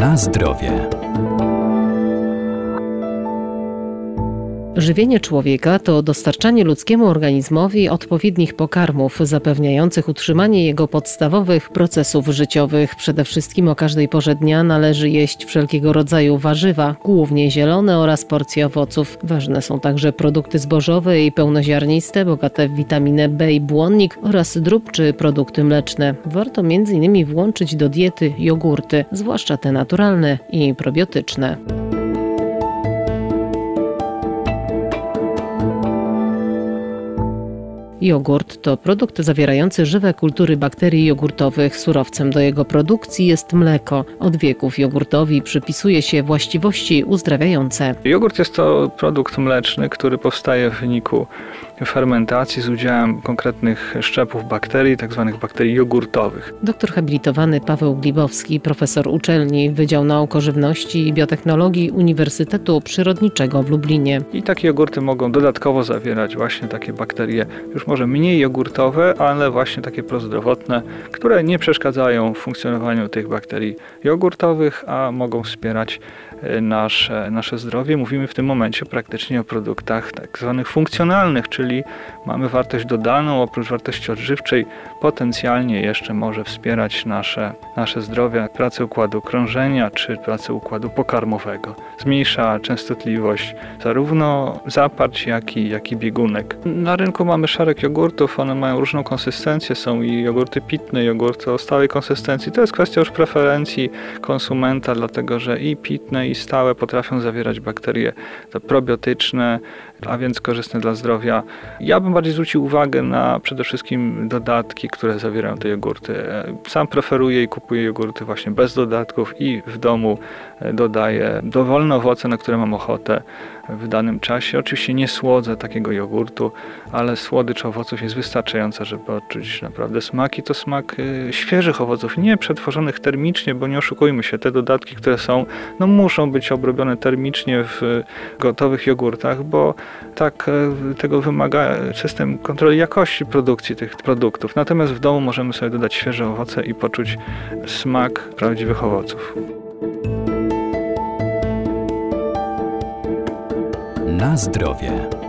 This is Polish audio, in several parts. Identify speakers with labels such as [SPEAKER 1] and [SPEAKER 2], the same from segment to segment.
[SPEAKER 1] Na zdrowie.
[SPEAKER 2] Żywienie człowieka to dostarczanie ludzkiemu organizmowi odpowiednich pokarmów zapewniających utrzymanie jego podstawowych procesów życiowych. Przede wszystkim o każdej porze dnia należy jeść wszelkiego rodzaju warzywa, głównie zielone oraz porcje owoców. Ważne są także produkty zbożowe i pełnoziarniste, bogate w witaminę B i błonnik oraz drób czy produkty mleczne. Warto m.in. włączyć do diety jogurty, zwłaszcza te naturalne i probiotyczne. Jogurt to produkt zawierający żywe kultury bakterii jogurtowych. Surowcem do jego produkcji jest mleko. Od wieków jogurtowi przypisuje się właściwości uzdrawiające.
[SPEAKER 3] Jogurt jest to produkt mleczny, który powstaje w wyniku fermentacji z udziałem konkretnych szczepów bakterii, tzw. bakterii jogurtowych.
[SPEAKER 2] Doktor habilitowany Paweł Glibowski, profesor uczelni Wydział Nauk o Żywności i Biotechnologii Uniwersytetu Przyrodniczego w Lublinie.
[SPEAKER 3] I takie jogurty mogą dodatkowo zawierać właśnie takie bakterie, już może mniej jogurtowe, ale właśnie takie prozdrowotne, które nie przeszkadzają w funkcjonowaniu tych bakterii jogurtowych, a mogą wspierać nasze zdrowie. Mówimy w tym momencie praktycznie o produktach tak zwanych funkcjonalnych, czyli mamy wartość dodaną, oprócz wartości odżywczej potencjalnie jeszcze może wspierać nasze zdrowie, pracę układu krążenia czy pracę układu pokarmowego. Zmniejsza częstotliwość zarówno zaparć, jak i biegunek. Na rynku mamy szereg jogurtów, one mają różną konsystencję, są i jogurty pitne, jogurty o stałej konsystencji. To jest kwestia już preferencji konsumenta, dlatego że i pitne, i stałe potrafią zawierać bakterie probiotyczne, a więc korzystne dla zdrowia. Ja bym bardziej zwrócił uwagę na przede wszystkim dodatki, które zawierają te jogurty. Sam preferuję i kupuję jogurty właśnie bez dodatków i w domu dodaję dowolne owoce, na które mam ochotę w danym czasie. Oczywiście nie słodzę takiego jogurtu, ale słodycz owoców jest wystarczająca, żeby odczuć naprawdę smak i to smak świeżych owoców, nie przetworzonych termicznie, bo nie oszukujmy się, te dodatki, które są, muszą być obrobione termicznie w gotowych jogurtach, bo tak tego wymaga system kontroli jakości produkcji tych produktów. Natomiast w domu możemy sobie dodać świeże owoce i poczuć smak prawdziwych owoców.
[SPEAKER 1] Na zdrowie.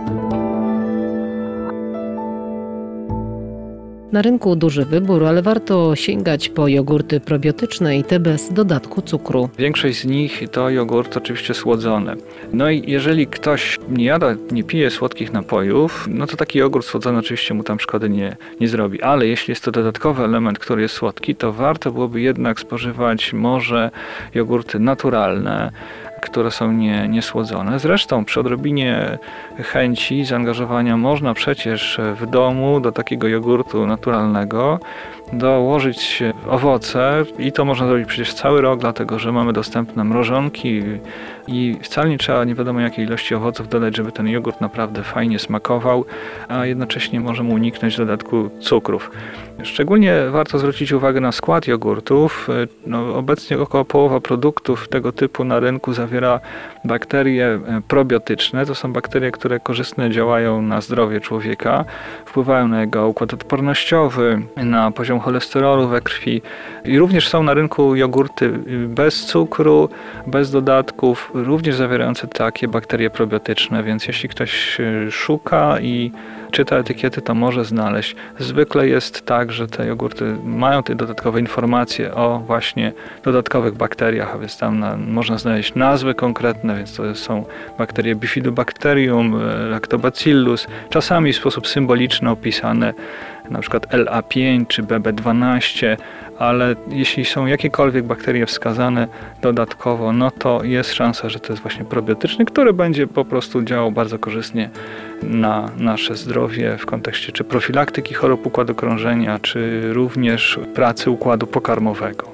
[SPEAKER 2] Na rynku duży wybór, ale warto sięgać po jogurty probiotyczne i te bez dodatku cukru.
[SPEAKER 3] Większość z nich to jogurty oczywiście słodzone. I jeżeli ktoś nie pije słodkich napojów, to taki jogurt słodzony oczywiście mu tam szkody nie zrobi. Ale jeśli jest to dodatkowy element, który jest słodki, to warto byłoby jednak spożywać może jogurty naturalne, które są niesłodzone. Zresztą przy odrobinie chęci, zaangażowania można przecież w domu do takiego jogurtu naturalnego dołożyć owoce i to można zrobić przecież cały rok, dlatego że mamy dostępne mrożonki i wcale nie trzeba nie wiadomo jakiej ilości owoców dodać, żeby ten jogurt naprawdę fajnie smakował, a jednocześnie możemy uniknąć dodatku cukrów. Szczególnie warto zwrócić uwagę na skład jogurtów. Obecnie około połowa produktów tego typu na rynku zawiera bakterie probiotyczne. To są bakterie, które korzystnie działają na zdrowie człowieka, wpływają na jego układ odpornościowy, na poziom cholesterolu we krwi. I również są na rynku jogurty bez cukru, bez dodatków, również zawierające takie bakterie probiotyczne, więc jeśli ktoś szuka i czyta etykiety, to może znaleźć. Zwykle jest tak, że te jogurty mają te dodatkowe informacje o właśnie dodatkowych bakteriach, a więc tam można znaleźć nazwy konkretne, więc to są bakterie Bifidobacterium, Lactobacillus, czasami w sposób symboliczny opisane, na przykład LA5 czy BB12, ale jeśli są jakiekolwiek bakterie wskazane dodatkowo, to jest szansa, że to jest właśnie probiotyczny, który będzie po prostu działał bardzo korzystnie na nasze zdrowie w kontekście czy profilaktyki chorób układu krążenia, czy również pracy układu pokarmowego.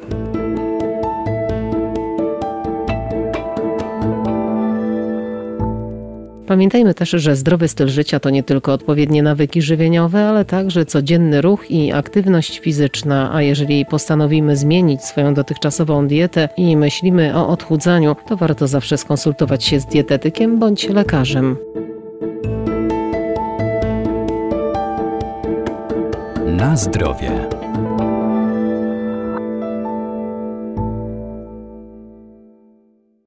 [SPEAKER 2] Pamiętajmy też, że zdrowy styl życia to nie tylko odpowiednie nawyki żywieniowe, ale także codzienny ruch i aktywność fizyczna, a jeżeli postanowimy zmienić swoją dotychczasową dietę i myślimy o odchudzaniu, to warto zawsze skonsultować się z dietetykiem bądź lekarzem.
[SPEAKER 1] Na zdrowie.